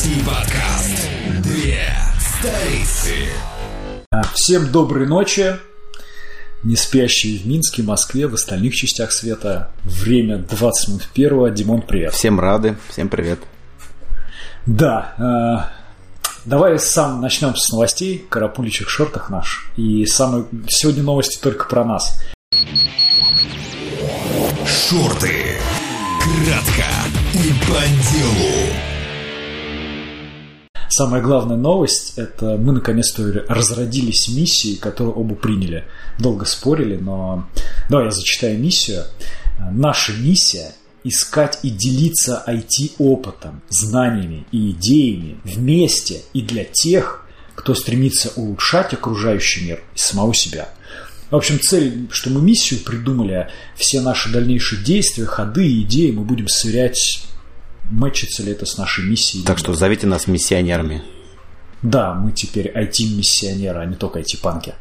IT-подкаст «Две столицы». Всем доброй ночи, не спящие в Минске, Москве, в остальных частях света. Время 20 минут первого. Димон, привет. Всем рады, всем привет. Да, давай начнем с новостей. Карапуличек в шортах наш. И сегодня новости только про нас. Шорты. Кратко и по делу. Самая главная новость – это мы наконец-то разродились миссией, которую оба приняли. Долго спорили, но давай я зачитаю миссию. Наша миссия – искать и делиться IT-опытом, знаниями и идеями вместе и для тех, кто стремится улучшать окружающий мир и самого себя. В общем, цель, что мы миссию придумали, все наши дальнейшие действия, ходы и идеи мы будем сверять, мэчится ли это с нашей миссией. Так что зовите нас миссионерами. Да, мы теперь IT-миссионеры, а не только IT-панки.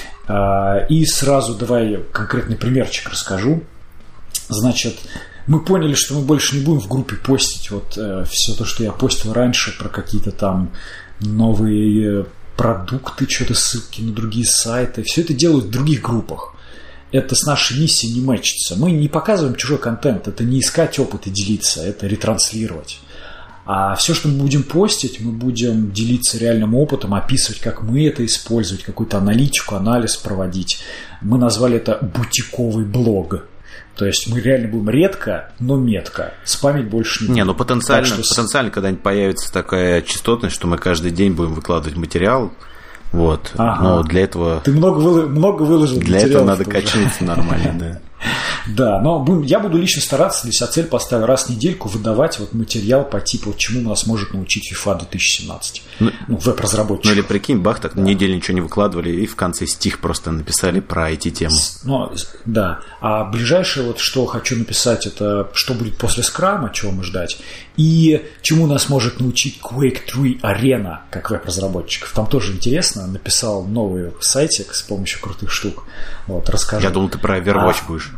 И сразу давай конкретный примерчик расскажу. Значит, мы поняли, что мы больше не будем в группе постить все то, что я постил раньше про какие-то там новые продукты, что-то ссылки на другие сайты. Все это делают в других группах. Это с нашей миссией не мэчится. Мы не показываем чужой контент. Это не искать опыт и делиться, это ретранслировать. А все, что мы будем постить, мы будем делиться реальным опытом, описывать, как мы это использовать, какую-то аналитику, анализ проводить. Мы назвали это бутиковый блог. То есть мы реально будем редко, но метко. Спамить больше не будем. Не, ну потенциально когда-нибудь появится такая частотность, что мы каждый день будем выкладывать материал. Вот. Ага. Но для этого... Ты много выложил. Для этого надо качнуться нормально, да. Да, но я буду лично стараться, для себя цель поставить раз в недельку выдавать материал по типу, чему нас может научить FIFA 2017. Веб-разработчик. Ну или прикинь, бах, так неделю ничего не выкладывали и в конце стих просто написали про IT-тему. Да. А ближайшее, что хочу написать, это что будет после скрама, чего мы ждать, и чему нас может научить Quake 3 Arena, как веб-разработчиков. Там тоже интересно. Написал новый сайтик с помощью крутых штук. Расскажу. Я думал, ты про Overwatch будешь.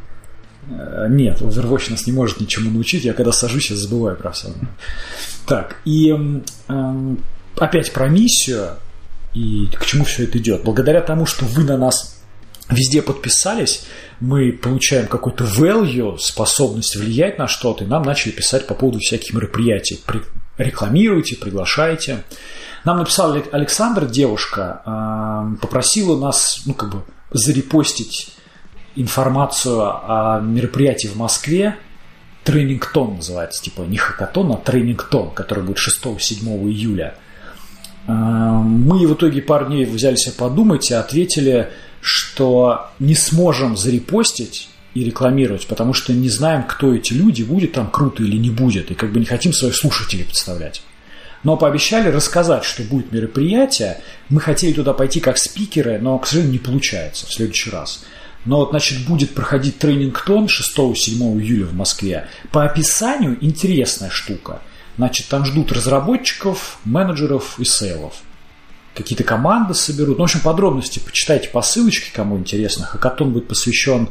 Нет, Overwatch нас не может ничему научить. Я когда сажусь, я забываю про все. Так, и опять про миссию и к чему все это идет. Благодаря тому, что вы на нас везде подписались, мы получаем какой-то value, способность влиять на что-то, и нам начали писать по поводу всяких мероприятий. Рекламируйте, приглашайте. Нам написала Александра, девушка, попросила нас, зарепостить информацию о мероприятии в Москве. Тренингтон называется, не хакатон, а тренингтон, который будет 6-7 июля. Мы в итоге пару дней взяли себя подумать и ответили, что не сможем зарепостить и рекламировать, потому что не знаем, кто эти люди, будет там круто или не будет, и не хотим своих слушателей подставлять. Но пообещали рассказать, что будет мероприятие. Мы хотели туда пойти как спикеры, но, к сожалению, не получается в следующий раз. Но будет проходить тренингтон 6-7 июля в Москве. По описанию интересная штука. Там ждут разработчиков, менеджеров и сейлов. Какие-то команды соберут. В общем, подробности почитайте по ссылочке, кому интересно. Хакатон будет посвящен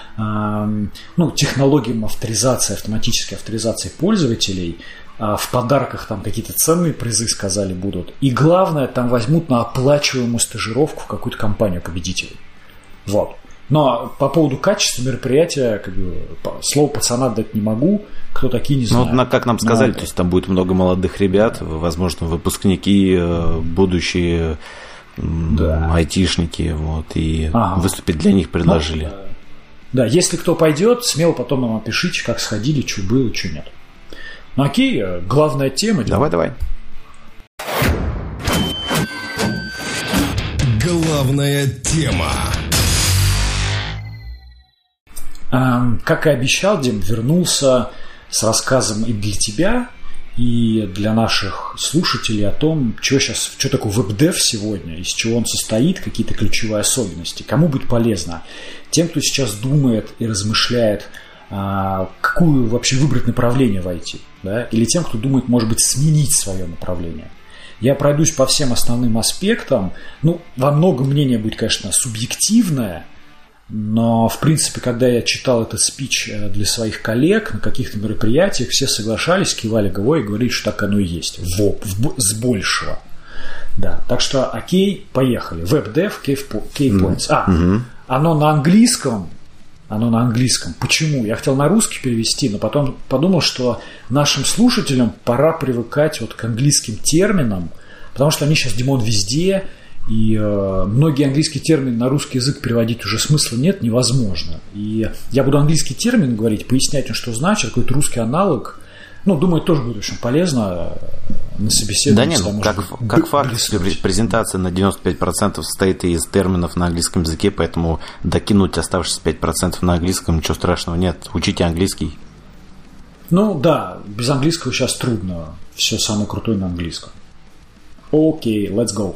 технологиям авторизации, автоматической авторизации пользователей. В подарках там какие-то ценные призы, сказали, будут. И главное, там возьмут на оплачиваемую стажировку в какую-то компанию победителей. Вот. Но по поводу качества мероприятия, слово пацана дать не могу, кто такие, не знаю. Ну, как нам сказали, то есть там будет много молодых ребят, возможно, выпускники, будущие айтишники, и выступить для них предложили. Да, если кто пойдет, смело потом нам опишите, как сходили, что было, что нет. Ну окей, главная тема. Давай. Главная тема. Как и обещал, Дим, вернулся с рассказом и для тебя, и для наших слушателей о том, что такое веб-дев сегодня, из чего он состоит, какие-то ключевые особенности. Кому будет полезно? Тем, кто сейчас думает и размышляет, какую вообще выбрать направление в IT, да? Или тем, кто думает, может быть, сменить свое направление. Я пройдусь по всем основным аспектам. Во многом мнение будет, конечно, субъективное, Но, в принципе, когда я читал этот спич для своих коллег на каких-то мероприятиях, все соглашались, кивали головой и говорили, что так оно и есть. С большего. Да, так что, окей, поехали. WebDev, Keypoints. Оно на английском. Почему? Я хотел на русский перевести, но потом подумал, что нашим слушателям пора привыкать вот к английским терминам, потому что они сейчас, Димон, везде, и многие английские термины на русский язык переводить уже смысла нет, невозможно. И я буду английский термин говорить, пояснять, что значит, какой-то русский аналог. Ну, думаю, тоже будет очень полезно на собеседовании. Да нет, как факт, презентация на 95% состоит из терминов на английском языке, поэтому докинуть оставшиеся 5% на английском, ничего страшного нет. Учите английский. Ну да, без английского сейчас трудно. Все самое крутое на английском. Окей, let's go.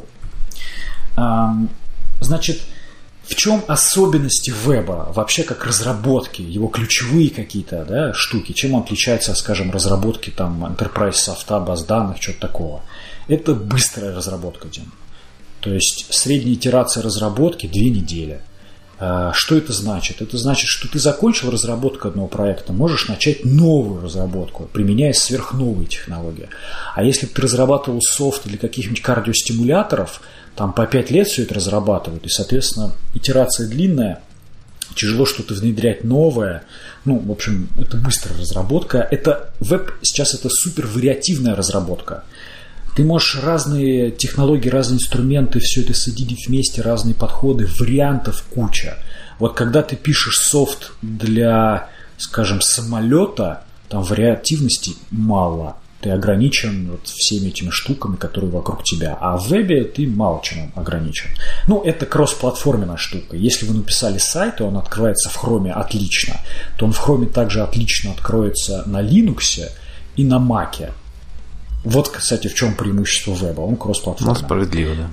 Значит, в чем особенности веба, вообще как разработки, его ключевые какие-то штуки, чем он отличается, скажем, разработки там enterprise софта, баз данных, чего-то такого? Это быстрая разработка, Дим. То есть средняя итерация разработки 2 недели. Что это значит? Это значит, что ты закончил разработку одного проекта, можешь начать новую разработку, применяя сверхновые технологии. А если бы ты разрабатывал софт для каких-нибудь кардиостимуляторов, там по 5 лет все это разрабатывают, и, соответственно, итерация длинная, тяжело что-то внедрять новое. Ну, в общем, это быстрая разработка. Это веб сейчас это супер вариативная разработка. Ты можешь разные технологии, разные инструменты, все это соединить вместе, разные подходы, вариантов куча. Вот когда ты пишешь софт для, скажем, самолета, там вариативности мало. Ты ограничен вот всеми этими штуками, которые вокруг тебя. А в вебе ты мало чем ограничен. Ну, это кроссплатформенная штука. Если вы написали сайт, и он открывается в Chrome отлично, то он в Chrome также отлично откроется на Linux и на Mac. Вот, кстати, в чем преимущество веба. Он кроссплатформенный. Ну, справедливо, да.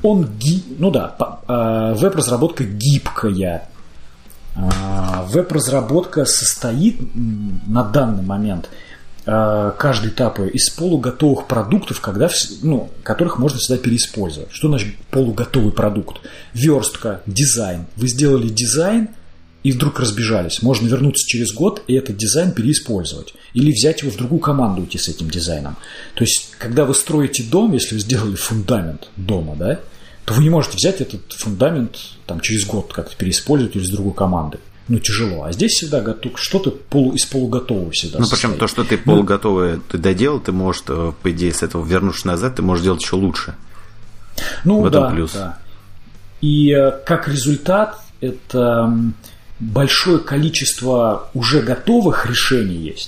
Веб-разработка гибкая. Веб-разработка состоит на данный момент каждый этап из полуготовых продуктов, которых можно всегда переиспользовать. Что значит полуготовый продукт? Верстка, дизайн. Вы сделали дизайн и вдруг разбежались. Можно вернуться через год и этот дизайн переиспользовать. Или взять его в другую команду, уйти с этим дизайном. То есть, когда вы строите дом, если вы сделали фундамент дома, да, то вы не можете взять этот фундамент там, через год как-то переиспользовать или с другой команды. Ну, тяжело. А здесь всегда что-то из полуготового всегда состоит. Причем то, что ты полуготовое ты доделал, ты можешь, по идее, с этого вернувшись назад, ты можешь делать еще лучше. Ну, в этом плюс. Да. И как результат, это большое количество уже готовых решений есть.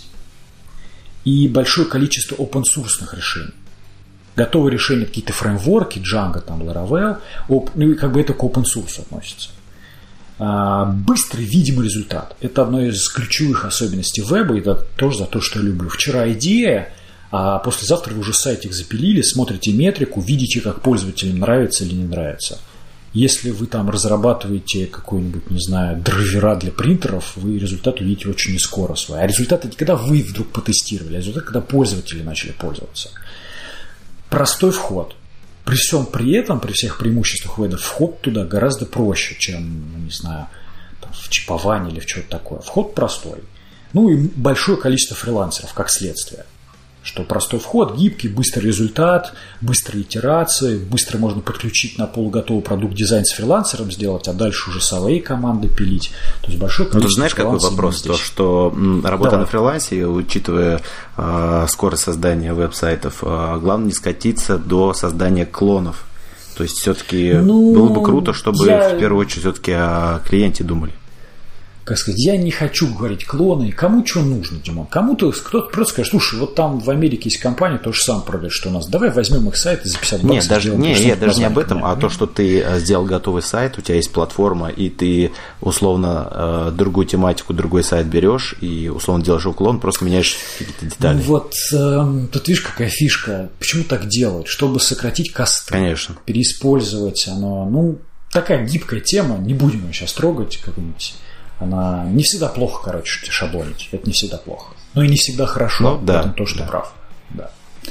И большое количество open-source решений. Готовые решения, какие-то фреймворки, Django, там, Laravel, это к open-source относится. Быстрый, видимый результат. Это одно из ключевых особенностей веба, и это тоже за то, что я люблю. Вчера идея, а послезавтра вы уже сайтик запилили, смотрите метрику, видите, как пользователям нравится или не нравится. Если вы там разрабатываете какой-нибудь, не знаю, драйвера для принтеров, вы результат увидите очень не скоро свой. А результат это не когда вы вдруг потестировали, а результат, когда пользователи начали пользоваться. Простой вход. При всем при этом, при всех преимуществах веба, вход туда гораздо проще, чем, не знаю, там, в чипование или в что-то такое. Вход простой. Ну и большое количество фрилансеров, как следствие. Что простой вход, гибкий, быстрый результат, быстрые итерации, быстро можно подключить на полуготовый продукт дизайн с фрилансером сделать, а дальше уже свои команды пилить. То есть большое количество. Ты знаешь, какой вопрос? То, что работа на фрилансе, учитывая скорость создания веб-сайтов, главное не скатиться до создания клонов. То есть все-таки было бы круто, чтобы в первую очередь все-таки о клиенте думали. Как сказать, я не хочу говорить клоны. Кому что нужно, Димон? Кто-то просто скажет, слушай, вот там в Америке есть компания, то же самое продает, что у нас. Давай возьмем их сайт и за 50 баксов сделаем. Нет, даже не об этом, а то, что ты сделал готовый сайт, у тебя есть платформа, и ты условно другую тематику, другой сайт берешь и условно делаешь уклон, просто меняешь какие-то детали. Ну вот, тут видишь, какая фишка. Почему так делают? Чтобы сократить косты. Конечно. Переиспользовать оно. Такая гибкая тема, не будем ее сейчас трогать как-нибудь. Она не всегда плохо, шаблонить. Это не всегда плохо. Но и не всегда хорошо. Да, в этом тоже ты прав. Да.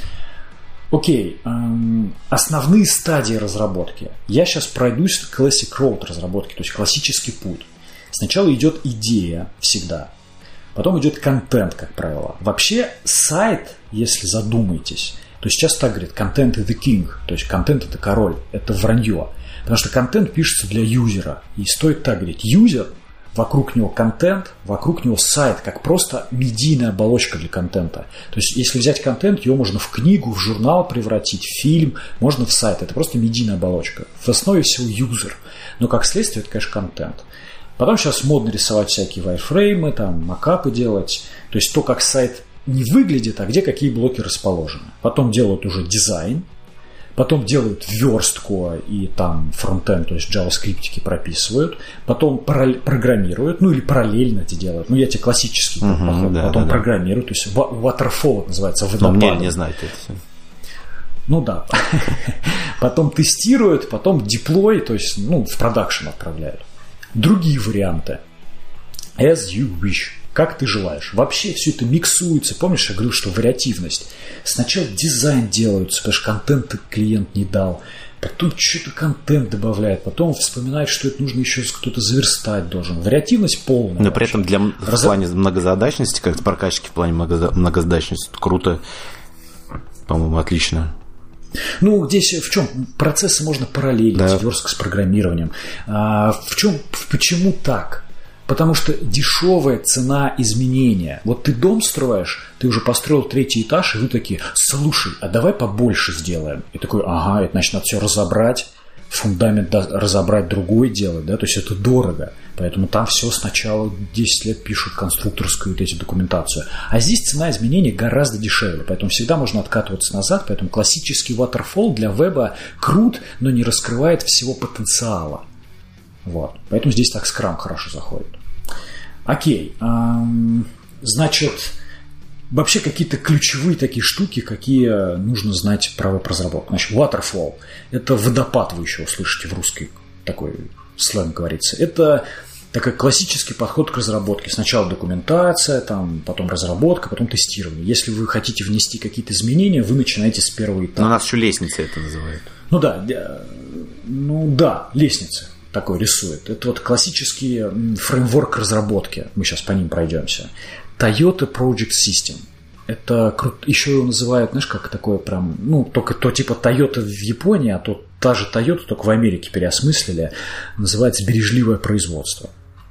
Окей. Основные стадии разработки. Я сейчас пройдусь Classic Road разработки, то есть классический путь. Сначала идет идея всегда, потом идет контент, как правило. Вообще сайт, если задумаетесь, то сейчас так говорят, контент is the king, то есть контент это король, это вранье. Потому что контент пишется для юзера. И стоит так говорить, юзер, вокруг него контент, вокруг него сайт, как просто медийная оболочка для контента. То есть, если взять контент, ее можно в книгу, в журнал превратить, в фильм, можно в сайт. Это просто медийная оболочка. В основе всего юзер. Но, как следствие, это, конечно, контент. Потом сейчас модно рисовать всякие вайрфреймы, там, макапы делать. То есть, то, как сайт не выглядит, а где какие блоки расположены. Потом делают уже дизайн. Потом делают верстку и там фронтенд, то есть JavaScript прописывают. Потом программируют, ну или параллельно это делают. Ну, я тебе классический подход. Да, потом программируют. То есть waterfall это называется, водопад. Но мне не знать это все. Ну да. Потом тестируют, потом деплой, то есть в продакшн отправляют. Другие варианты. As you wish. Как ты желаешь. Вообще все это миксуется. Помнишь, я говорил, что вариативность. Сначала дизайн делается, потому что контент клиент не дал. Потом что-то контент добавляет. Потом вспоминает, что это нужно еще кто-то заверстать должен. Вариативность полная. Но при этом в плане многозадачности, как прокачки в плане многозадачности, круто. По-моему, отлично. Ну, здесь в чем? Процессы можно параллелить, верстка с программированием. Почему так? Потому что дешевая цена изменения. Вот ты дом строишь, ты уже построил 3-й этаж, и вы такие, слушай, а давай побольше сделаем. И такой, ага, это значит, надо все разобрать, фундамент разобрать, другой делать, да, то есть это дорого. Поэтому там все сначала 10 лет пишут конструкторскую вот эти документацию. А здесь цена изменения гораздо дешевле, поэтому всегда можно откатываться назад, поэтому классический waterfall для веба крут, но не раскрывает всего потенциала. Вот. Поэтому здесь так Scrum хорошо заходит. Окей. Значит, вообще какие-то ключевые такие штуки, какие нужно знать про веб-разработку. Значит, waterfall – это водопад, вы еще услышите в русской такой сленг говорится. Это такой классический подход к разработке. Сначала документация, потом разработка, потом тестирование. Если вы хотите внести какие-то изменения, вы начинаете с первого этапа. Но у нас еще лестница это называют. Ну да, лестница. Такой рисует. Это вот классический фреймворк разработки. Мы сейчас по ним пройдемся. Toyota Project System. Это еще его называют, знаешь, как такое прям, только то типа Toyota в Японии, а то та же Toyota, только в Америке переосмыслили, называется бережливое производство.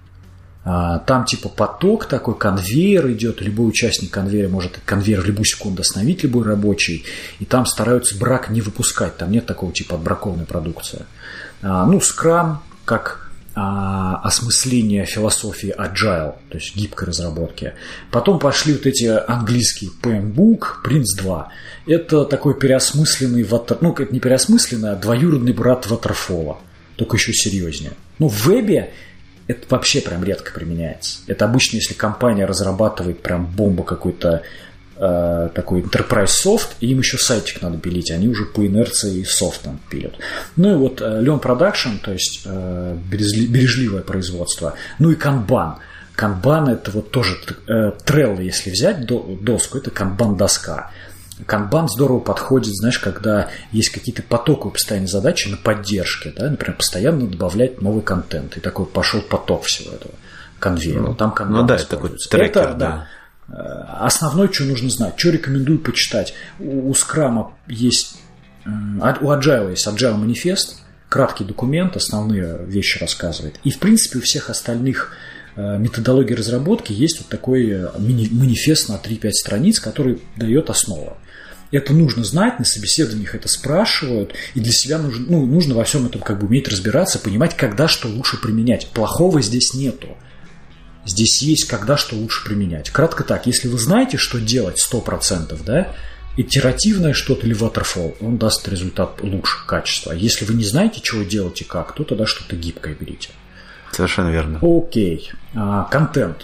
Там типа поток такой, конвейер идет, любой участник конвейера может конвейер в любую секунду остановить, любой рабочий, и там стараются брак не выпускать, там нет такого типа отбракованной продукции. Scrum как осмысление философии agile, то есть гибкой разработки. Потом пошли вот эти английские PMBOK, Prince2. Это такой переосмысленный, это не переосмысленный, а двоюродный брат Waterfall, только еще серьезнее. В вебе это вообще прям редко применяется. Это обычно, если компания разрабатывает прям бомбу какой-то такой enterprise софт, и им еще сайтик надо пилить, они уже по инерции софт там пилят. И вот Lean Production, то есть бережливое производство. И Kanban. Kanban это вот тоже Trello, если взять доску, это Kanban-доска. Kanban здорово подходит, знаешь, когда есть какие-то потоковые постоянные задачи на поддержке, да, например, постоянно добавлять новый контент, и такой пошел поток всего этого конвейера. Там Kanban это такой трекер, да. Основное, что нужно знать, что рекомендую почитать. У Scrum есть, у Agile есть Agile манифест, краткий документ, основные вещи рассказывает. И, в принципе, у всех остальных методологий разработки есть вот такой манифест на 3-5 страниц, который дает основу. Это нужно знать, на собеседованиях это спрашивают, и для себя нужно во всем этом уметь разбираться, понимать, когда что лучше применять. Плохого здесь нету. Здесь есть, когда что лучше применять. Кратко так, если вы знаете, что делать 100%, да, итеративное что-то или waterfall, он даст результат лучше, качества. А если вы не знаете, чего делать и как, то тогда что-то гибкое берите. Совершенно верно. Окей. Контент.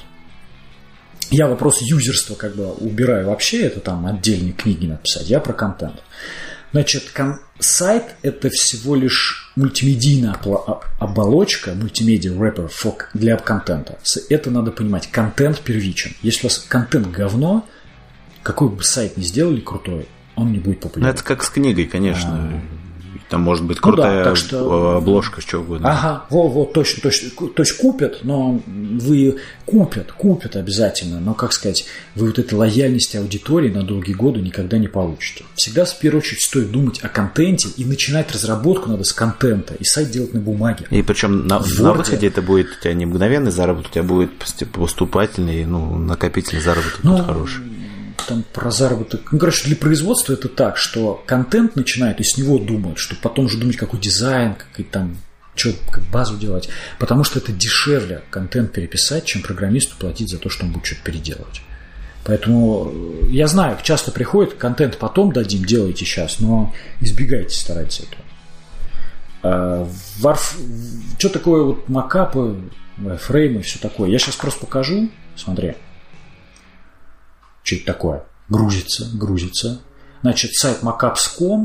Я вопрос юзерства убираю вообще, это там отдельные книги написать. Я про контент. Значит, сайт – это всего лишь мультимедийная оболочка, мультимедиа wrapper для контента. Это надо понимать. Контент первичен. Если у вас контент говно, какой бы сайт ни сделали крутой, он не будет популярен. Это как с книгой, конечно. Там может быть крутая обложка, что угодно. Ага, точно. То есть купят, но вы купят обязательно, но, как сказать, вы вот этой лояльности аудитории на долгие годы никогда не получите. Всегда, в первую очередь, стоит думать о контенте, и начинать разработку надо с контента, и сайт делать на бумаге. И причем на выходе это будет у тебя не мгновенный заработок, у тебя будет поступательный, накопительный заработок будет хороший. Там про заработок. Для производства это так, что контент начинает и с него думают, чтобы потом уже думать, какой дизайн, как базу делать. Потому что это дешевле контент переписать, чем программисту платить за то, что он будет что-то переделывать. Поэтому я знаю, часто приходит, контент потом дадим, делайте сейчас, но избегайте, старайтесь этого. Что такое вот макапы, фреймы и все такое? Я сейчас просто покажу. Смотри. Что это такое? Грузится. Значит, сайт macaps.com.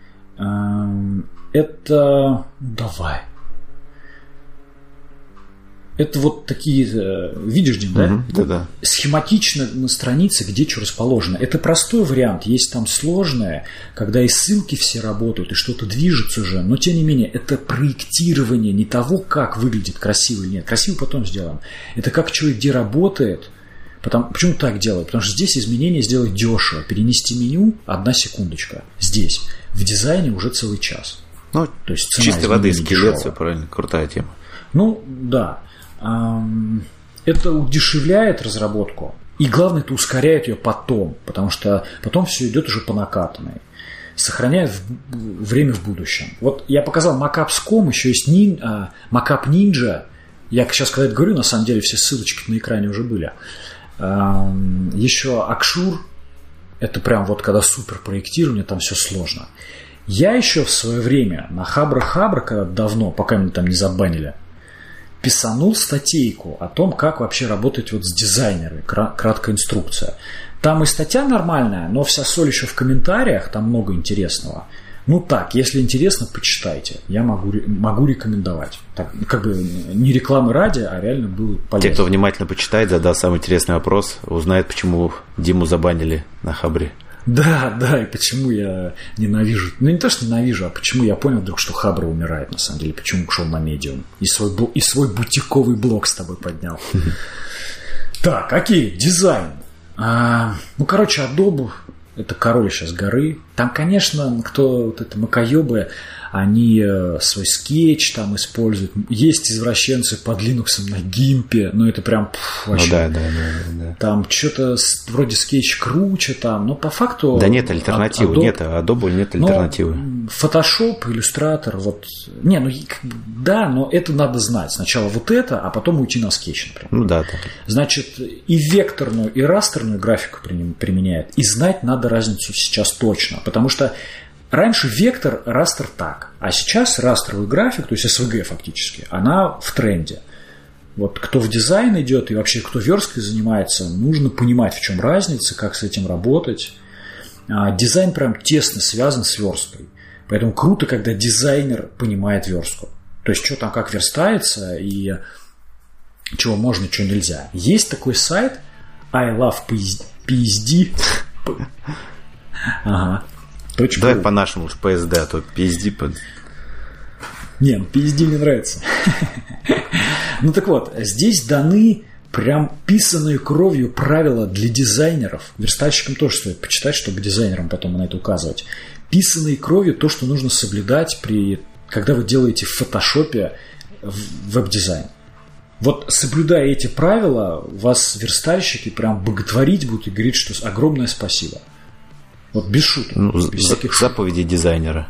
Это... Давай. Это вот такие... Видишь, Дим, да? Да. Схематично на странице, где что расположено. Это простой вариант. Есть там сложное, когда и ссылки все работают, и что-то движется уже. Но, тем не менее, это проектирование не того, как выглядит красиво или нет. Красиво потом сделаем. Это как человек где работает. Почему так делают? Потому что здесь изменения сделать дешево. Перенести меню – 1 секундочка. Здесь. В дизайне уже целый час. То есть чистой воды скелет, все правильно. Крутая тема. Да. Это удешевляет разработку. И главное, это ускоряет ее потом. Потому что потом все идет уже по накатанной. Сохраняет время в будущем. Вот я показал macaps.com, еще есть Macap Ninja. Я сейчас, когда это говорю, на самом деле все ссылочки на экране уже были. Еще Акшур, это прям вот когда супер проектирование, там все сложно. Я еще в свое время на Хабра, когда давно, пока меня там не забанили, писанул статейку о том, как вообще работать вот с дизайнерами, краткая инструкция. Там и статья нормальная, но вся соль еще в комментариях, там много интересного. Если интересно, почитайте. Я могу рекомендовать. Так, не рекламы ради, а реально было полезно. Те, кто внимательно почитает, задаст самый интересный вопрос, узнает, почему Диму забанили на Хабре. Да, и почему я ненавижу. Не то, что ненавижу, а почему я понял вдруг, что Хабра умирает, на самом деле. Почему ушел на Medium. И свой бутиковый блог с тобой поднял. Так, окей, дизайн. Adobe... Это король сейчас горы. Там, конечно, макаёбы, они свой скетч там используют. Есть извращенцы под Linux на гимпе, но это прям вообще. Да. Там что-то вроде скетч круче там, но по факту... Да нет альтернативы, Adobe нет альтернативы. Photoshop, Illustrator, но это надо знать. Сначала вот это, а потом уйти на скетч, например. Да. Значит, и векторную, и растерную графику применяет. И знать надо разницу сейчас точно, потому что раньше вектор, растер так, а сейчас растровую графику, то есть SVG фактически, она в тренде. Вот кто в дизайн идет и вообще кто версткой занимается, нужно понимать, в чем разница, как с этим работать. Дизайн прям тесно связан с версткой. Поэтому круто, когда дизайнер понимает верстку. То есть, что там как верстается и чего можно, чего нельзя. Есть такой сайт I Love PSD. Ага. Давай по-нашему уж PSD, а то PSD Не, PSD мне нравится. Так вот, здесь даны прям писанные кровью правила для дизайнеров. Верстальщикам тоже стоит почитать, чтобы дизайнерам потом на это указывать. Писанные кровью то, что нужно соблюдать, когда вы делаете в фотошопе веб-дизайн. Вот соблюдая эти правила, вас верстальщики прям боготворить будут и говорить, что огромное спасибо. Вот без шуток. Без всяких заповеди дизайнера.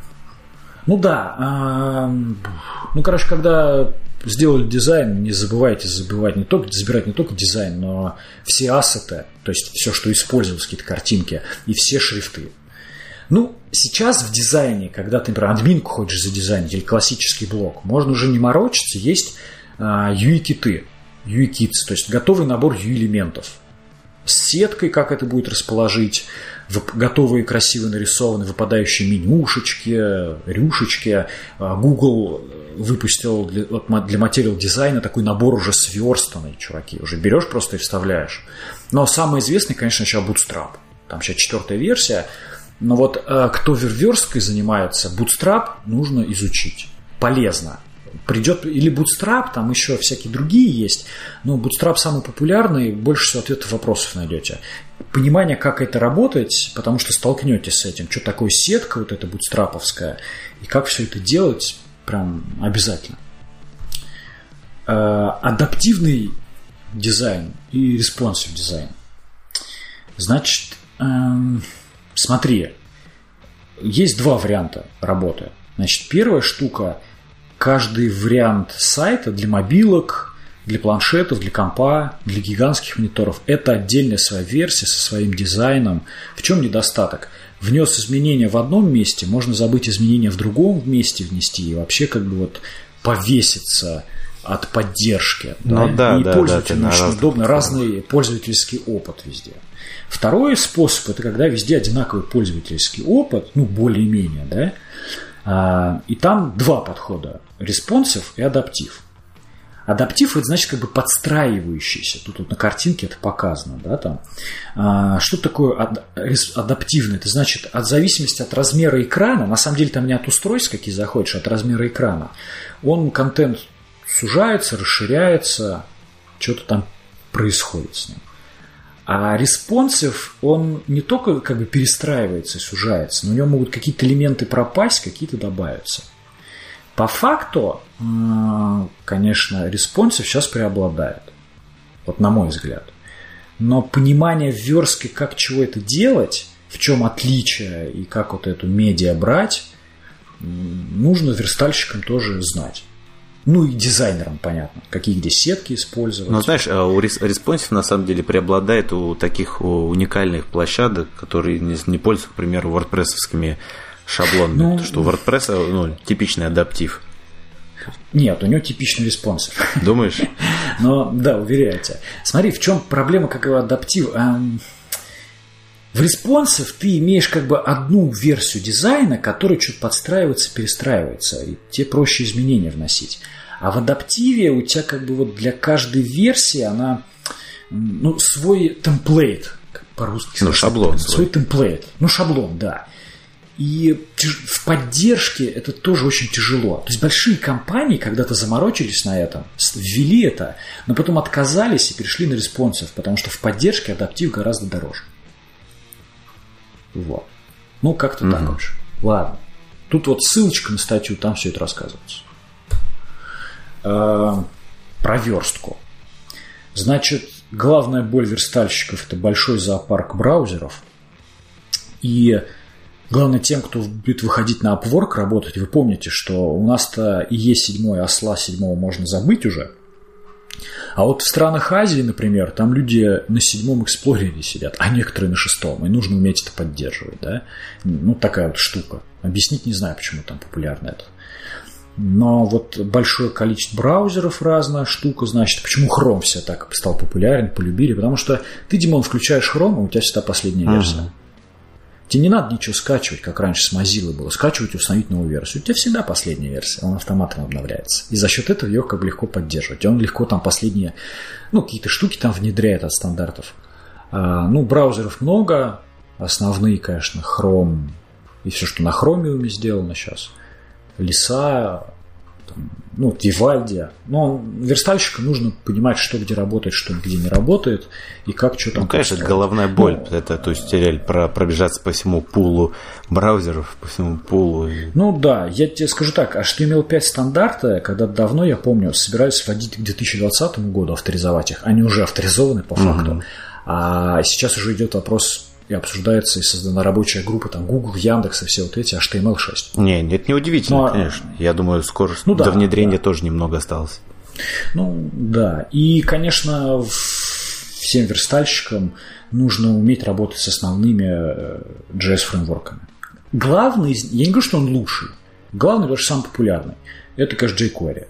Когда сделали дизайн, не забывайте забирать не только дизайн, но все ассеты, то есть все, что использовалось, какие-то картинки, и все шрифты. Сейчас в дизайне, когда ты, например, админку хочешь задизайнить или классический блок, можно уже не морочиться, есть UI-киты, то есть готовый набор UI-элементов с сеткой, как это будет расположить, готовые красиво нарисованные выпадающие менюшечки, рюшечки. Google выпустил для материал дизайна такой набор уже сверстанный, чуваки. Уже берешь просто и вставляешь. Но самый известный, конечно, сейчас Bootstrap. Там сейчас 4-я версия. Но вот кто версткой занимается, Bootstrap нужно изучить. Полезно. Придет или Bootstrap, там еще всякие другие есть, но Bootstrap самый популярный, больше всего ответов вопросов найдете. Понимание, как это работать, потому что столкнетесь с этим, что такое сетка вот эта бутстраповская, и как все это делать, прям обязательно. Адаптивный дизайн и респонсив дизайн. Значит, смотри, есть два варианта работы. Значит, первая штука, каждый вариант сайта для мобилок, для планшетов, для компа, для гигантских мониторов – это отдельная своя версия со своим дизайном. В чем недостаток? Внес изменения в одном месте, можно забыть изменения в другом месте внести и вообще как бы вот повеситься от поддержки. Ну, да? И пользователю очень удобно, разный пользовательский опыт везде. Второй способ – это когда везде одинаковый пользовательский опыт, ну, более-менее, да. И там два подхода – респонсив и адаптив. Адаптив – это значит как бы подстраивающийся. Тут вот на картинке это показано. Да, там. Что такое адаптивный? Это значит от зависимости от размера экрана, на самом деле там не от устройств, какие заходишь, а от размера экрана, он контент сужается, расширяется, что-то там происходит с ним. А респонсив, он не только как бы перестраивается и сужается, но у него могут какие-то элементы пропасть, какие-то добавиться. По факту, конечно, респонсив сейчас преобладает, вот на мой взгляд. Но понимание в верстке, как чего это делать, в чем отличие и как вот эту медиа брать, нужно верстальщикам тоже знать. Ну и дизайнерам, понятно, какие где сетки использовать. Но знаешь, у респонсив на самом деле преобладает у таких уникальных площадок, которые не пользуются, к примеру, WordPress-овскими шаблонами. Ну, потому что у WordPress типичный адаптив. Нет, у него типичный респонсив. Думаешь? Но да, уверяю тебя. Смотри, в чем проблема как его адаптив. В респонсив ты имеешь как бы одну версию дизайна, которая чуть подстраивается, перестраивается, и тебе проще изменения вносить. А в адаптиве у тебя как бы вот для каждой версии она, ну, свой темплейт, по-русски. Ну, шаблон. Свой темплейт. Ну, шаблон, да. И в поддержке это тоже очень тяжело. То есть большие компании когда-то заморочились на этом, ввели это, но потом отказались и перешли на респонсив, потому что в поддержке адаптив гораздо дороже. Вот. Ну, как-то так уж. Ладно. Тут вот ссылочка на статью, там все это рассказывается. Про верстку. Значит, главная боль верстальщиков – это большой зоопарк браузеров. И главное тем, кто будет выходить на Upwork работать, вы помните, что у нас-то IE7, осла 7 можно забыть уже. А вот в странах Азии, например, там люди на 7 эксплорере сидят, а некоторые на 6, и нужно уметь это поддерживать, да? Ну, такая вот штука. Объяснить не знаю, почему там популярно это. Но вот большое количество браузеров разная штука, значит, почему Chrome все так стал популярен, полюбили? Потому что ты, Димон, включаешь Chrome, а у тебя всегда последняя версия. Тебе не надо ничего скачивать, как раньше с Mozilla было. Скачивать и установить новую версию. У тебя всегда последняя версия, он автоматом обновляется. И за счет этого ее как бы легко поддерживать. И он легко там последние, ну, какие-то штуки там внедряет от стандартов. Ну, браузеров много. Основные, конечно, Chrome. И все, что на Chromium сделано сейчас. Lisa, там, ну, Vivaldi. Но верстальщику нужно понимать, что где работает, что где не работает, и как что там. Ну, конечно, это головная боль. Это, то есть, реально пробежаться по всему пулу браузеров, по всему пулу. Ну да, я тебе скажу так, HTML5 стандарты, когда давно, я помню, собирались вводить к 2020 году, авторизовать их. Они уже авторизованы по факту. А сейчас уже идет вопрос и обсуждается, и создана рабочая группа, там, Google, Яндекс и все вот эти, HTML6. Не, это не удивительно, конечно. Я думаю, скоро до внедрения тоже немного осталось. Ну, да. И, конечно, всем верстальщикам нужно уметь работать с основными JS-фреймворками. Главный, я не говорю, что он лучший, главный, даже самый популярный, это, конечно, jQuery.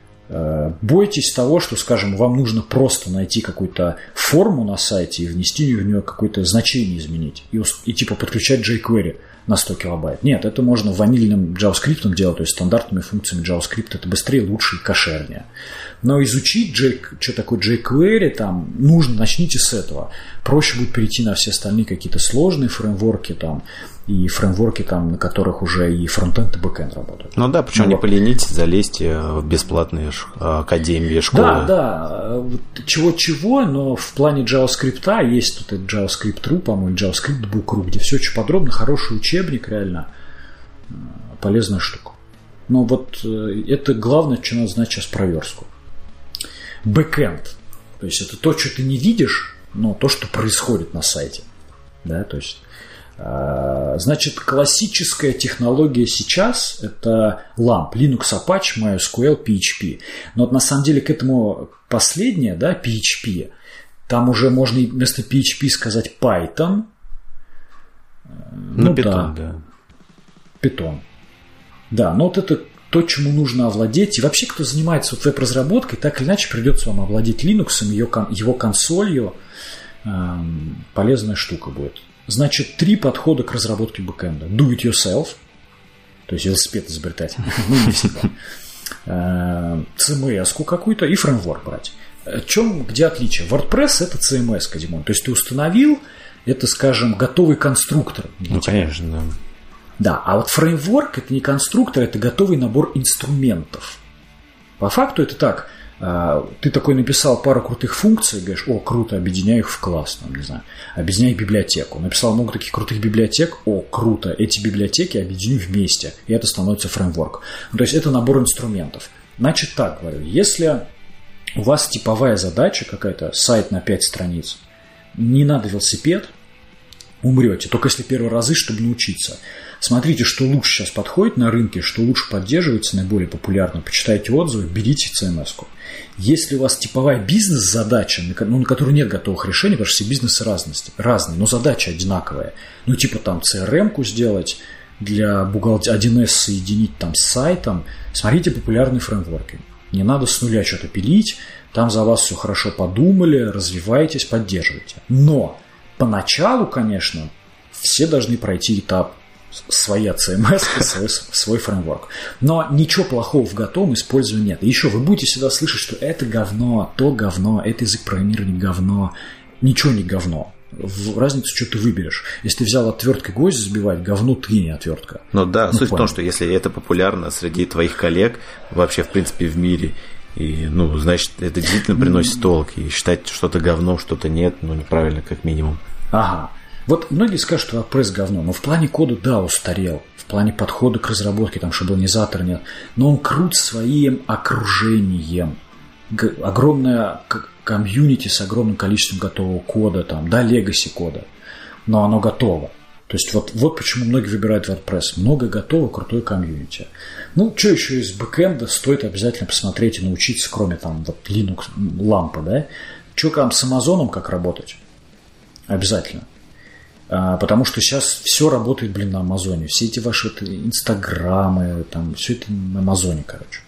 Бойтесь того, что, скажем, вам нужно просто найти какую-то форму на сайте и внести в нее какое-то значение изменить. И типа подключать jQuery на 100 килобайт. Нет, это можно ванильным JavaScript делать, то есть стандартными функциями JavaScript. Это быстрее, лучше и кошернее. Но изучить, что такое jQuery, там, нужно, начните с этого. Проще будет перейти на все остальные какие-то сложные фреймворки там, и фреймворки, там, на которых уже и фронтенд, и бэкенд работают. Ну да, причем не поленитесь, залезьте в бесплатные академии, школы. Да, чего-чего, но в плане JavaScript есть тут этот JavaScript.ru, по-моему, JavaScript Book.ru, где все очень подробно, хороший учебник, реально полезная штука. Но вот это главное, что надо знать сейчас про верстку. Бэкенд. То есть это то, что ты не видишь, но то, что происходит на сайте. Да, то есть, значит, классическая технология сейчас – это LAMP, Linux, Apache, MySQL, PHP. Но вот на самом деле к этому последнее, да, PHP, там уже можно вместо PHP сказать Python. Ну, Python, да. Python. Да, но вот это то, чему нужно овладеть. И вообще, кто занимается вот веб-разработкой, так или иначе придется вам овладеть Linux, его консолью. Полезная штука будет. Значит, 3 подхода к разработке бэкэнда. Do it yourself, то есть велосипед изобретать, CMS-ку какую-то и фреймворк брать. Где отличие? WordPress – это CMS, Димон. То есть ты установил, это, скажем, готовый конструктор. Ну, конечно, да. Да, а вот фреймворк – это не конструктор, это готовый набор инструментов. По факту это так. Ты такой написал пару крутых функций, говоришь, о, круто, объединяю их в класс, там, не знаю, объединяю библиотеку. Написал много таких крутых библиотек, о, круто, эти библиотеки объединю вместе, и это становится фреймворк. Ну, то есть это набор инструментов. Значит так, говорю, если у вас типовая задача какая-то, сайт на 5 страниц, не надо велосипед, умрете, только если первые разы, чтобы научиться. Смотрите, что лучше сейчас подходит на рынке, что лучше поддерживается, наиболее популярно. Почитайте отзывы, берите CMS-ку. Если у вас типовая бизнес-задача, на которую нет готовых решений, потому что все бизнесы разные, но задача одинаковая. Ну, типа там CRM-ку сделать, для 1С соединить там с сайтом. Смотрите популярные фреймворки. Не надо с нуля что-то пилить, там за вас все хорошо подумали, развивайтесь, поддерживайте. Но поначалу, конечно, все должны пройти этап своя CMS, свой фреймворк. Но ничего плохого в готовом использовании нет. И еще вы будете всегда слышать, что это говно, то говно, это язык программирования говно. Ничего не говно. Разницу, что ты выберешь. Если ты взял отверткой гвоздь забивать, говно ты, не отвертка. Ну да, суть в том, что если это популярно среди твоих коллег, вообще в принципе в мире, и, ну, значит, это действительно приносит толк. И считать что-то говно, что-то нет, ну, неправильно, как минимум. Ага. Вот многие скажут, что WordPress говно, но в плане кода, да, устарел. В плане подхода к разработке, там шаблонизатора нет. Но он крут своим окружением. Огромное комьюнити с огромным количеством готового кода, там, да, легаси кода. Но оно готово. То есть вот почему многие выбирают WordPress. Много готово, крутое комьюнити. Ну, что еще из бэкэнда стоит обязательно посмотреть и научиться, кроме там вот Linux, лампа, да? Что там с Амазоном, как работать? Обязательно. Потому что сейчас все работает, на Амазоне. Все эти ваши инстаграмы, там, все это на Амазоне, короче.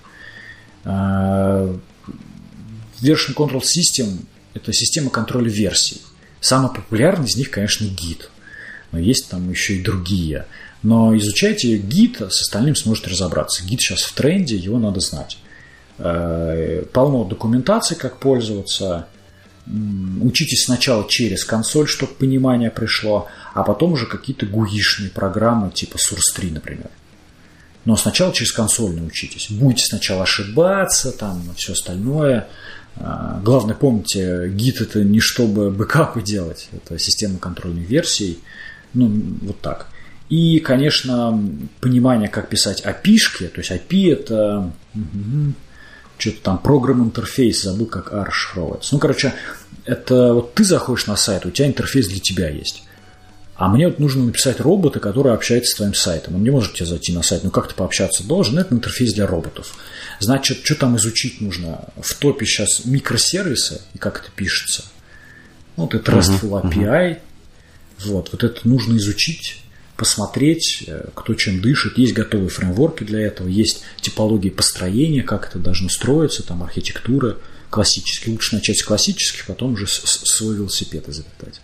Version Control System – это система контроля версий. Самый популярный из них, конечно, Git. Но есть там еще и другие. Но изучайте Git, с остальным сможете разобраться. Git сейчас в тренде, его надо знать. Полно документации, как пользоваться. Учитесь сначала через консоль, чтобы понимание пришло, а потом уже какие-то гуишные программы типа Source 3, например. Но сначала через консоль научитесь. Будете сначала ошибаться, там, все остальное. Главное, помните, Git – это не чтобы бэкапы делать, это система контрольной версий. Ну, вот так. И, конечно, понимание, как писать API-шки. То есть API – это что-то там программ интерфейс, забыл, как A расшифровывается. Ну, короче, это вот ты заходишь на сайт, у тебя интерфейс для тебя есть. А мне вот нужно написать робота, который общается с твоим сайтом. Он не может тебе зайти на сайт, но как ты пообщаться должен. Это интерфейс для роботов. Значит, что там изучить нужно? В топе сейчас микросервисы и как это пишется. Вот это RESTful API. Вот это нужно изучить, посмотреть, кто чем дышит. Есть готовые фреймворки для этого, есть типологии построения, как это должно строиться, там архитектура классические. Лучше начать с классических, потом уже свой велосипед изобретать.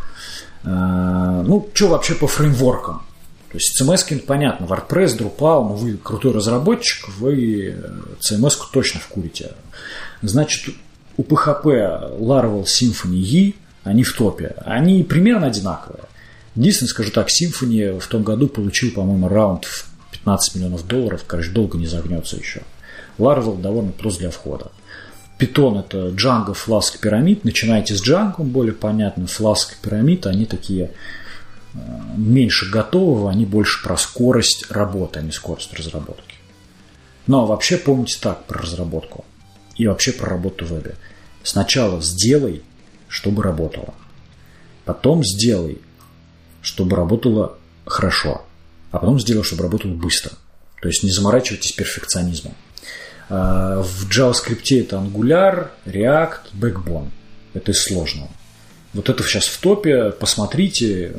Ну, что вообще по фреймворкам? То есть CMS, понятно, WordPress, Drupal, но вы крутой разработчик, вы CMS-ку точно вкурите. Значит, у PHP Laravel, Symfony, E, они в топе. Они примерно одинаковые. Единственное, скажу так, Symfony в том году получил, по-моему, раунд в $15 миллионов. Короче, долго не загнется еще. Laravel довольно прост для входа. Python – это Django, Flask, Pyramid. Начинайте с Django, более понятно. Flask, Pyramid, они такие меньше готового, они больше про скорость работы, а не скорость разработки. Но вообще помните так про разработку и вообще про работу в вебе. Сначала сделай, чтобы работало. Потом сделай, чтобы работало хорошо. А потом сделай, чтобы работало быстро. То есть не заморачивайтесь перфекционизмом. В JavaScript это Angular, React, Backbone. Это из сложного. Вот это сейчас в топе. Посмотрите.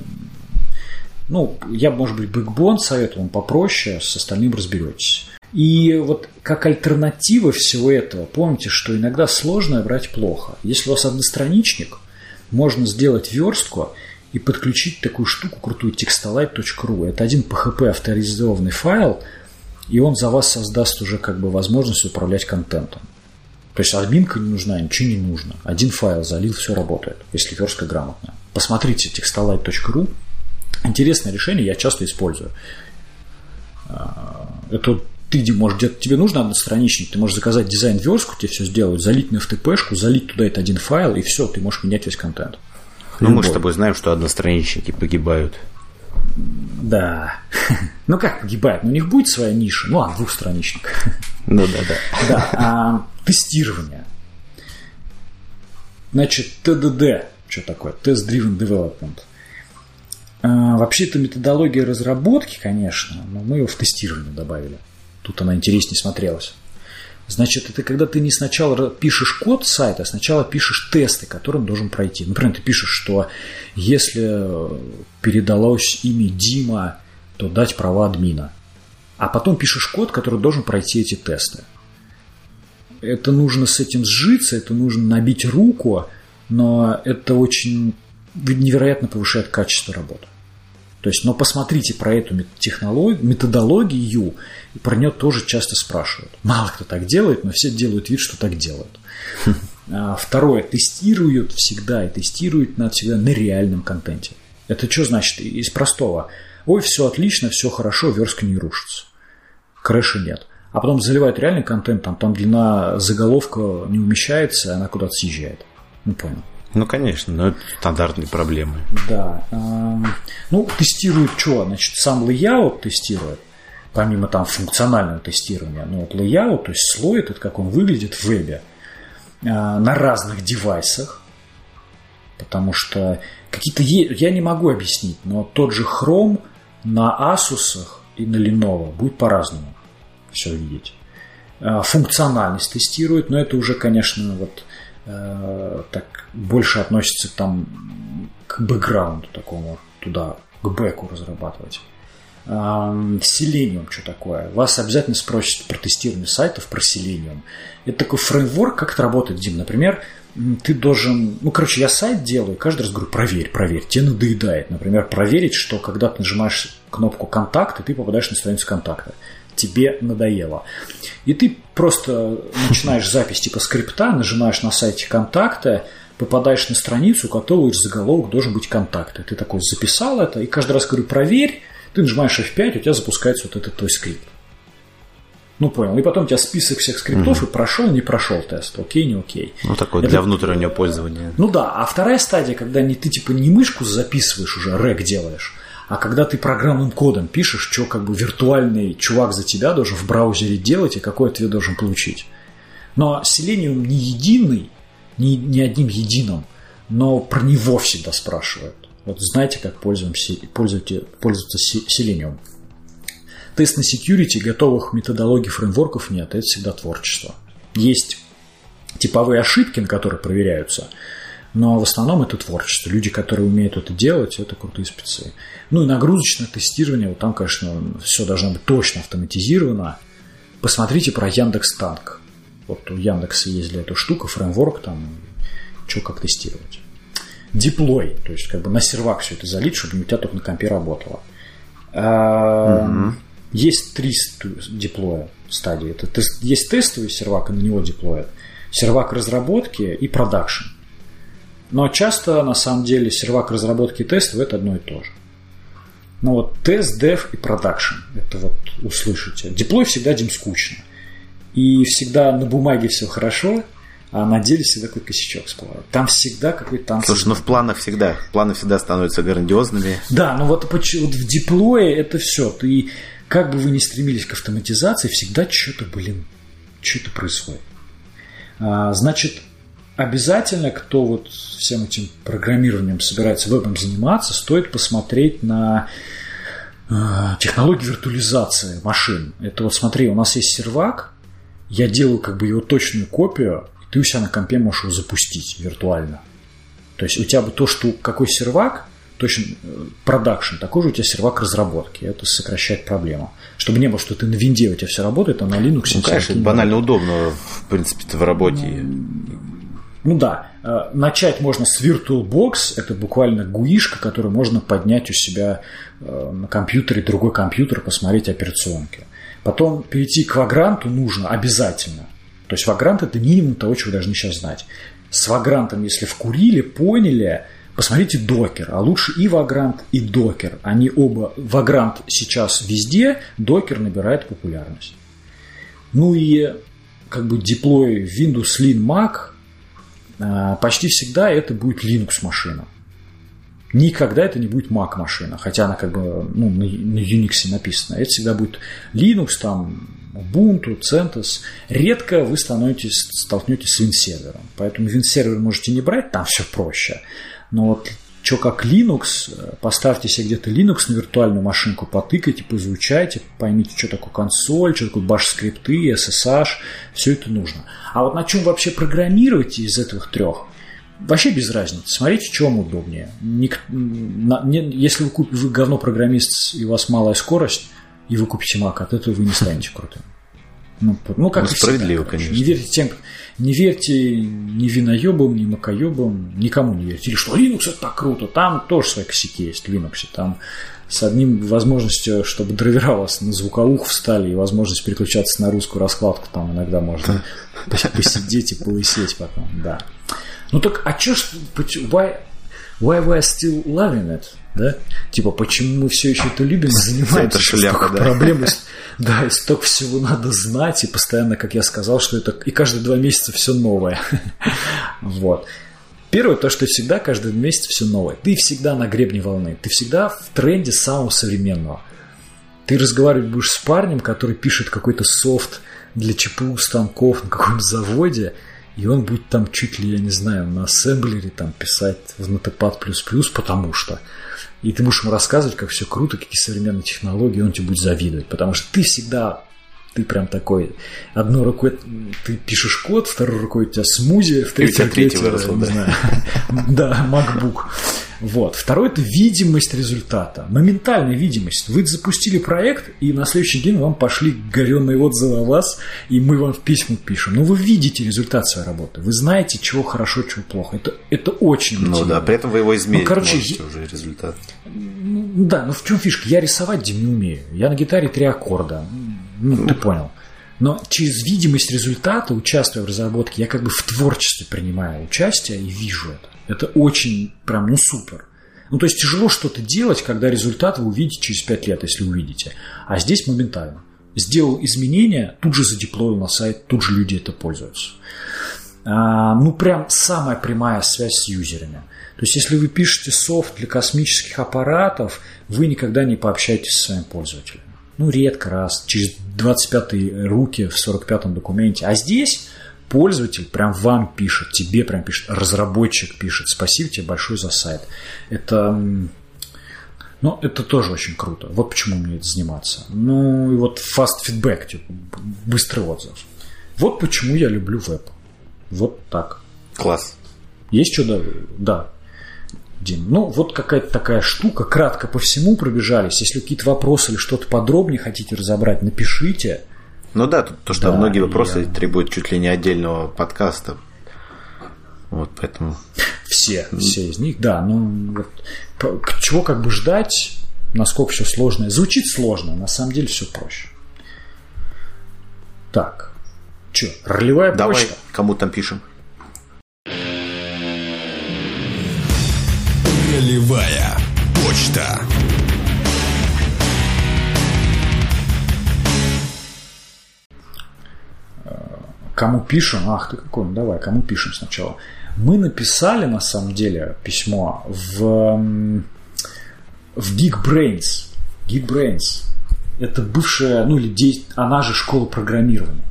Я, может быть, Backbone советую вам попроще, с остальным разберетесь. И вот как альтернатива всего этого, помните, что иногда сложное брать плохо. Если у вас одностраничник, можно сделать верстку и подключить такую штуку крутую, textalight.ru. Это один PHP авторизованный файл, и он за вас создаст уже возможность управлять контентом. То есть админка не нужна, ничего не нужно. Один файл залил, все работает, если верстка грамотная. Посмотрите textalight.ru. Интересное решение, я часто использую. Это ты, может, где-то тебе нужно одностраничник, ты можешь заказать дизайн-верстку, тебе все сделают, залить на FTP-шку, залить туда этот один файл, и все, ты можешь менять весь контент. Мы с тобой знаем, что одностраничники погибают. Да. Как погибают? У них будет своя ниша. Двухстраничник. Да. Тестирование. Значит, TDD. Что такое? Test-Driven Development. Вообще, это методология разработки, конечно, но мы его в тестирование добавили. Тут она интереснее смотрелась. Значит, это когда ты не сначала пишешь код сайта, а сначала пишешь тесты, которые он должен пройти. Например, ты пишешь, что если передалось имя Дима, то дать права админа. А потом пишешь код, который должен пройти эти тесты. Это нужно с этим сжиться, это нужно набить руку, но это очень невероятно повышает качество работы. То есть, но посмотрите про эту методологию, и про нее тоже часто спрашивают. Мало кто так делает, но все делают вид, что так делают. Второе. Тестируют всегда, и тестируют надо всегда на реальном контенте. Это что значит? Из простого. Ой, все отлично, все хорошо, верстка не рушится. Крэша нет. А потом заливают реальный контент, там длина заголовка не умещается, она куда-то съезжает. Понял. Конечно, но это стандартные проблемы. Да. Тестируют что? Значит, сам layout тестирует, помимо функционального тестирования. Layout, то есть слой этот, как он выглядит в вебе, на разных девайсах. Потому что какие-то... Я не могу объяснить, но тот же Chrome на Asus и на Lenovo будет по-разному все видеть. Функциональность тестирует, но это уже, конечно, так больше относится к бэкграунду такому, туда, к бэку разрабатывать. Selenium, что такое? Вас обязательно спросят про тестирование сайтов, про Selenium. Это такой фреймворк, как это работает, Дим. Например, ты должен... я сайт делаю, каждый раз говорю, проверь. Тебе надоедает, например, проверить, что когда ты нажимаешь кнопку «Контакты», ты попадаешь на страницу контакта. Тебе надоело. И ты просто начинаешь запись типа скрипта, нажимаешь на сайте «Контакты», попадаешь на страницу, у которой заголовок должен быть «Контакты». Ты такой записал это, и каждый раз говорю «проверь», ты нажимаешь F5, у тебя запускается этот твой скрипт. Понял. И потом у тебя список всех скриптов, и прошел, не прошел тест. Окей, не окей. Такой для внутреннего пользования. А вторая стадия, когда ты не мышку записываешь уже, рек делаешь, а когда ты программным кодом пишешь, что виртуальный чувак за тебя должен в браузере делать и какой ответ должен получить. Но Selenium не единый, не одним единым, но про него всегда спрашивают. Знаете, как пользоваться Selenium. Тест на security, готовых методологий, фреймворков нет, это всегда творчество. Есть типовые ошибки, на которые проверяются, но в основном это творчество. Люди, которые умеют это делать, это крутые спецы. И нагрузочное тестирование, там, конечно, все должно быть точно автоматизировано. Посмотрите про Яндекс.Танк. У Яндекса есть для этого штука, фреймворк, что как тестировать. Деплой, то есть на сервак все это залить, чтобы у тебя только на компе работало. Есть 3 деплоя стадии. Есть тестовый сервак, и на него деплоят. Сервак разработки и продакшн. Но часто, на самом деле, сервак разработки и тестов – это одно и то же. Но вот тест, дев и продакшн, это вот услышите. Деплой всегда скучно. И всегда на бумаге все хорошо, а на деле всегда какой-то косячок всплывает. Там всегда какой-то танц. Слушай, ну в планах всегда. Планы всегда становятся грандиозными. Да, но вот в деплое это все. Ты, как бы вы ни стремились к автоматизации, всегда что-то происходит. Значит, обязательно, кто вот всем этим программированием собирается вебом заниматься, стоит посмотреть на технологию виртуализации машин. Это вот смотри, у нас есть сервак, я делаю как бы его точную копию, и ты у себя на компе можешь его запустить виртуально. То есть у тебя бы какой сервак, точно продакшн, такой же у тебя сервак разработки. Это сокращает проблему. Чтобы не было, что ты на винде у тебя все работает, а на Linux... Ну, конечно, это банально удобно, в принципе-то, в работе. Ну да, начать можно с VirtualBox, это буквально гуишка, которую можно поднять у себя на компьютере, другой компьютер, посмотреть операционки. Потом перейти к Vagrant нужно обязательно. То есть Vagrant – это минимум того, чего вы должны сейчас знать. С Vagrant, если вкурили, поняли, посмотрите Docker, а лучше и Vagrant, и Docker. Они оба, Vagrant сейчас везде, Docker набирает популярность. Ну и как бы деплой Windows, Lean, Mac, почти всегда это будет Linux-машина. Никогда это не будет Mac-машина, хотя она как бы на Unix написана. Это всегда будет Linux, там, Ubuntu, CentOS. Редко вы столкнетесь с WinServer. Поэтому WinServer можете не брать, там все проще. Но вот что как Linux, поставьте себе где-то Linux на виртуальную машинку, потыкайте, поизучайте, поймите, что такое консоль, что такое баш-скрипты, SSH, все это нужно. А вот на чем вообще программировать из этих трех? Вообще без разницы. Смотрите, что вам удобнее. Если вы говно программист и у вас малая скорость, и вы купите Mac, от этого вы не станете крутым. Как справедливо, всегда, конечно. Не верьте ни виноебам, ни макоебам, никому не верьте. Или что Linux это так круто. Там тоже свои косяки есть в Linux. Там с одним возможностью, чтобы драйвера у вас на звуковух встали, и возможность переключаться на русскую раскладку, там иногда можно посидеть и полысеть потом. Да. Ну так, а чё ж... Why we are still loving it? Да? Типа, почему мы все еще это любим и занимаемся? Это шляпа, да. Проблемы, да, и столько всего надо знать, и постоянно, как я сказал, что это и каждые 2 месяца все новое. Вот. Первое, то, что всегда каждый месяц все новое. Ты всегда на гребне волны. Ты всегда в тренде самого современного. Ты разговаривать будешь с парнем, который пишет какой-то софт для ЧПУ станков на каком-то заводе, и он будет там чуть ли, я не знаю, на ассемблере там писать в Notepad++, потому что. И ты будешь ему рассказывать, как все круто, какие современные технологии, и он тебе будет завидовать. Потому что ты прям такой, одной рукой ты пишешь код, второй рукой у тебя смузи, в третий выросло, не знаю. Да, MacBook. Вот. Второе – это видимость результата. Моментальная видимость. Вы запустили проект, и на следующий день вам пошли говёные отзывы о вас, и мы вам в письма пишем. Но вы видите результат своей работы. Вы знаете, чего хорошо, чего плохо. Это очень мотивирует. Ну да, при этом вы его измерить можете уже результат. Да, но в чем фишка? Я рисовать не умею. Я на гитаре 3 аккорда. Ты понял. Но через видимость результата, участвуя в разработке, я как бы в творчестве принимаю участие и вижу это. Это очень прям, супер. То есть тяжело что-то делать, когда результат вы увидите через 5 лет, если увидите. А здесь моментально. Сделал изменения, тут же задеплоил на сайт, тут же люди это пользуются. Прям самая прямая связь с юзерами. То есть если вы пишете софт для космических аппаратов, вы никогда не пообщаетесь со своими пользователями. Редко раз, через 25-й руки в 45-м документе. А здесь пользователь прям вам пишет, тебе прям пишет, разработчик пишет. Спасибо тебе большое за сайт. Это тоже очень круто. Вот почему мне это заниматься. И вот fast feedback, типа быстрый отзыв. Вот почему я люблю веб. Вот так. Класс. Есть что? Да. Дим. Вот какая-то такая штука. Кратко по всему пробежались. Если какие-то вопросы или что-то подробнее хотите разобрать, напишите. Что многие вопросы требуют чуть ли не отдельного подкаста. Вот поэтому. Все из них, да. Чего как бы ждать, насколько все сложное. Звучит сложно, на самом деле все проще. Так. Что, ролевая почта? Давай, кому там пишем. Ролевая почта. кому пишем? Ах ты какой, ну давай, кому пишем сначала. Мы написали, на самом деле, письмо в Geekbrains. Geekbrains. Это бывшая, ну или она же школа программирования.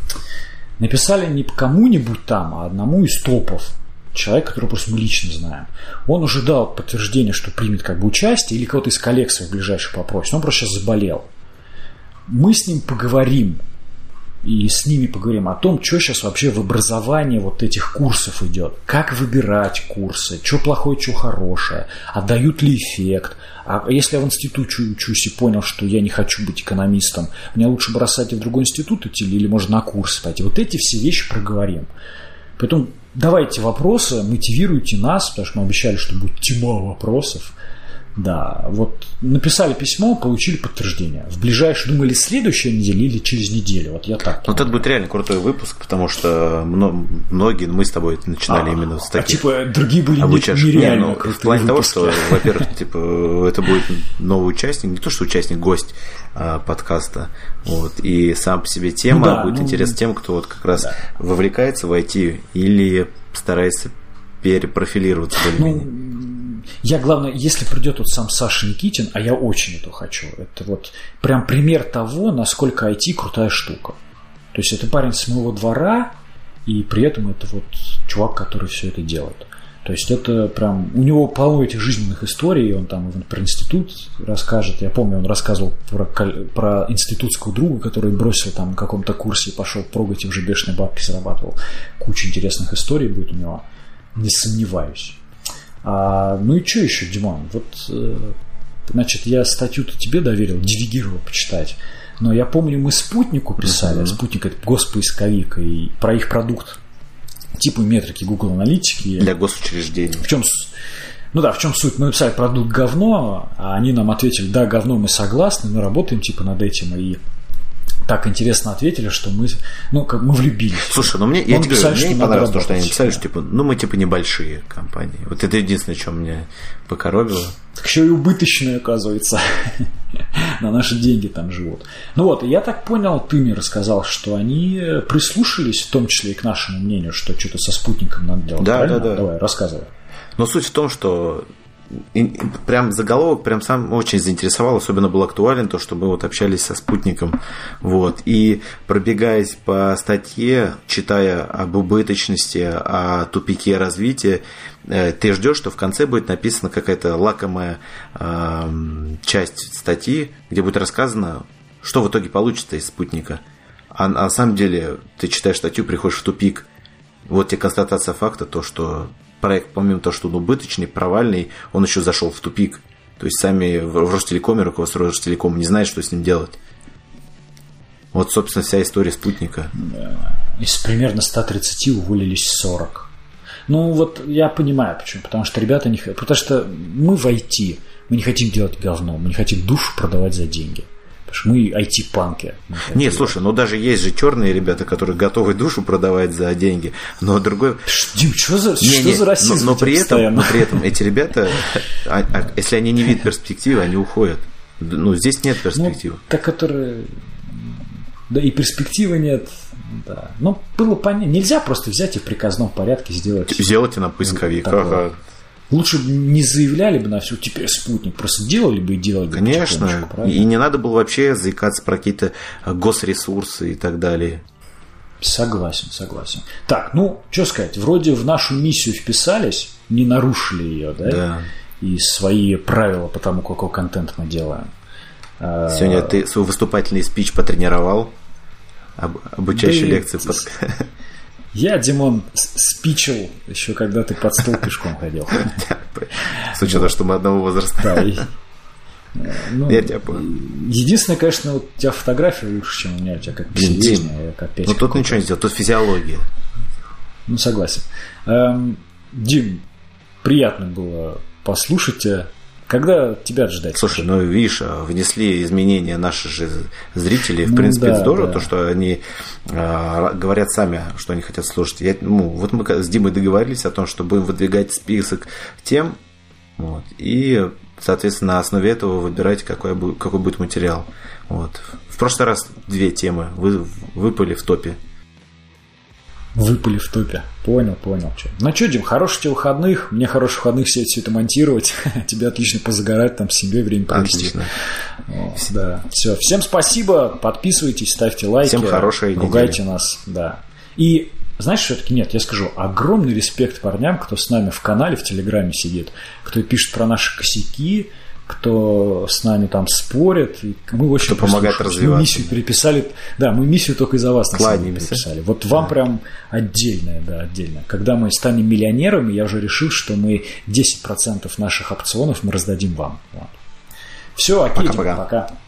Написали не кому-нибудь там, а одному из топов. Человек, которого просто мы лично знаем. Он уже дал подтверждение, что примет как бы участие, или кого-то из коллег своих ближайших попросит. Он просто сейчас заболел. Мы с ним поговорим. И с ними поговорим о том, что сейчас вообще в образовании вот этих курсов идет. Как выбирать курсы, что плохое, что хорошее, а дают ли эффект. А если я в институте учусь и понял, что я не хочу быть экономистом, мне лучше бросать и в другой институт идти или можно на курсы пойти. Вот эти все вещи проговорим. Поэтому давайте вопросы, мотивируйте нас, потому что мы обещали, что будет тьма вопросов. Да, вот написали письмо, получили подтверждение. В ближайшую, думали, следующей неделе или через неделю. Вот я так. Вот это будет реально крутой выпуск, потому что многие, мы с тобой начинали именно с таких. Типа другие были нереально крутые в плане выпуски. того, что, во-первых, типа это будет новый участник, не то что участник, гость подкаста. Вот, и сам по себе тема будет интересна тем, кто вот как раз вовлекается в IT или старается перепрофилироваться более-менее. Я, главное, если придет вот сам Саша Никитин, а я очень это хочу, это вот прям пример того, насколько IT крутая штука. То есть это парень с моего двора, и при этом это вот чувак, который все это делает. То есть это прям, у него полно этих жизненных историй, он там про институт расскажет. Я помню, он рассказывал про институтского друга, который бросил там на каком-то курсе и пошел прогать и уже бешеные бабки зарабатывал. Куча интересных историй будет у него, не сомневаюсь. Ну и что еще, Димон? Вот, значит, я статью-то тебе доверил, делегировал почитать. Но я помню, мы Спутнику писали. Спутник – это госпоисковик, и про их продукт типа метрики Google Аналитики. Для госучреждений. В чем суть? Мы написали продукт говно, а они нам ответили: да, говно, мы согласны, мы работаем типа над этим. И так интересно ответили, что мы влюбились. Слушай, мне не понравилось то, что они написали, что типа, мы типа небольшие компании. Вот это единственное, что меня покоробило. Так еще и убыточные, оказывается. На наши деньги там живут. Ну вот, я так понял, ты мне рассказал, что они прислушались, в том числе и к нашему мнению, что что-то со спутником надо делать. Да. Давай, рассказывай. Но суть в том, что прям заголовок прям сам очень заинтересовал, особенно был актуален то, что мы вот общались со Спутником, вот, и пробегаясь по статье, читая об убыточности, о тупике развития, ты ждешь, что в конце будет написана какая-то лакомая часть статьи, где будет рассказано, что в итоге получится из Спутника. А на самом деле ты читаешь статью, приходишь в тупик. Вот тебе констатация факта, то, что проект, помимо того, что он убыточный, провальный, он еще зашел в тупик. То есть сами в Ростелекоме, руководство Ростелекома не знает, что с ним делать. Вот, собственно, вся история Спутника. Из примерно 130 уволились 40. Ну, вот я понимаю, почему. Потому что ребята не хотят. Потому что мы в IT, мы не хотим делать говно, мы не хотим душу продавать за деньги. Потому что мы IT-панки. Нет, слушай, даже есть же черные ребята, которые готовы душу продавать за деньги. Но другой... Дим, что за расизм? Но при этом эти ребята, если они не видят перспективы, они уходят. Здесь нет перспективы. Которые... Да, и перспективы нет. Да. Было понятно. Нельзя просто взять и в приказном порядке сделать... Сделайте нам поисковик. Ага. Лучше бы не заявляли бы на все, теперь Спутник, просто делали бы и делали бы. Конечно, и не надо было вообще заикаться про какие-то госресурсы и так далее. Согласен. Так, что сказать, вроде в нашу миссию вписались, не нарушили ее, да? И свои правила по тому, какой контент мы делаем. Сегодня ты свой выступательный спич потренировал, обучающую лекцию. Я, Димон, спичил еще когда ты под стол пешком ходил. С учетом, что мы одного возраста. Я тебя понял. Единственное, конечно, у тебя фотография лучше, чем у меня. У тебя как посередине. Тут ничего не сделать, тут физиология. Согласен. Дим, приятно было послушать тебя. Когда тебя ждать? Слушай, видишь, внесли изменения наши же зрители. В принципе, это здорово, то, что они говорят сами, что они хотят слушать. Вот мы с Димой договорились о том, что будем выдвигать список тем, и, соответственно, на основе этого выбирать, какой будет материал. В прошлый раз 2 темы выпали в топе. выпали в топе. Понял. Ну что, Дим, хороших тебе выходных. Мне хороших выходных сидеть все это монтировать. Тебе отлично позагорать, там, с семьей время провести. Отлично. Да. Все. Всем спасибо. Подписывайтесь, ставьте лайки. Всем хорошей недели. Ругайте нас. Да. И знаешь, все-таки нет, я скажу, огромный респект парням, кто с нами в канале, в Телеграме сидит, кто пишет про наши косяки, кто с нами там спорит. И мы очень помогает развиваться. Мы миссию переписали. Да, мы миссию только из-за вас на самом деле переписали. Вот вам прям отдельное, да, отдельно. Когда мы станем миллионерами, я уже решил, что мы 10% наших опционов мы раздадим вам. Вот. Все, окей, пока.